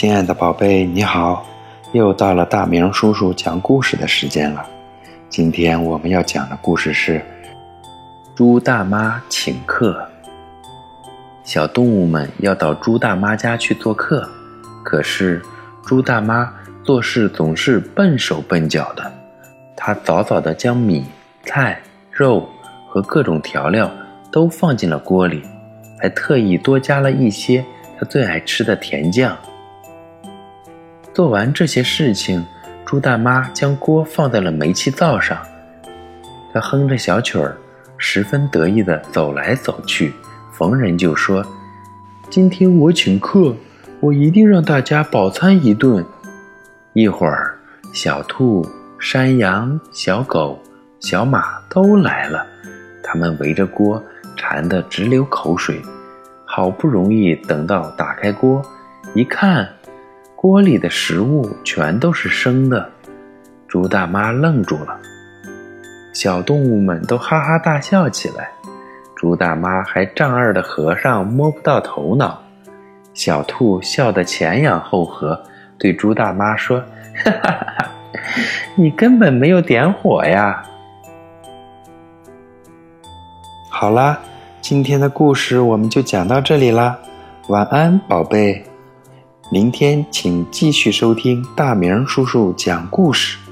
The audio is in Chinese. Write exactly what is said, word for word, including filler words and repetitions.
亲爱的宝贝，你好，又到了大明叔叔讲故事的时间了。今天我们要讲的故事是猪大妈请客。小动物们要到猪大妈家去做客，可是猪大妈做事总是笨手笨脚的。她早早地将米、菜、肉和各种调料都放进了锅里，还特意多加了一些她最爱吃的甜酱。做完这些事情，猪大妈将锅放在了煤气灶上，她哼着小曲儿，十分得意地走来走去，逢人就说：今天我请客，我一定让大家饱餐一顿。一会儿，小兔、山羊、小狗、小马都来了，他们围着锅馋得直流口水。好不容易等到打开锅，一看，锅里的食物全都是生的。猪大妈愣住了，小动物们都哈哈大笑起来。猪大妈还丈二的和尚摸不到头脑。小兔笑得前仰后合，对猪大妈说：哈哈哈，你根本没有点火呀。好啦，今天的故事我们就讲到这里啦，晚安宝贝。明天请继续收听大明叔叔讲故事。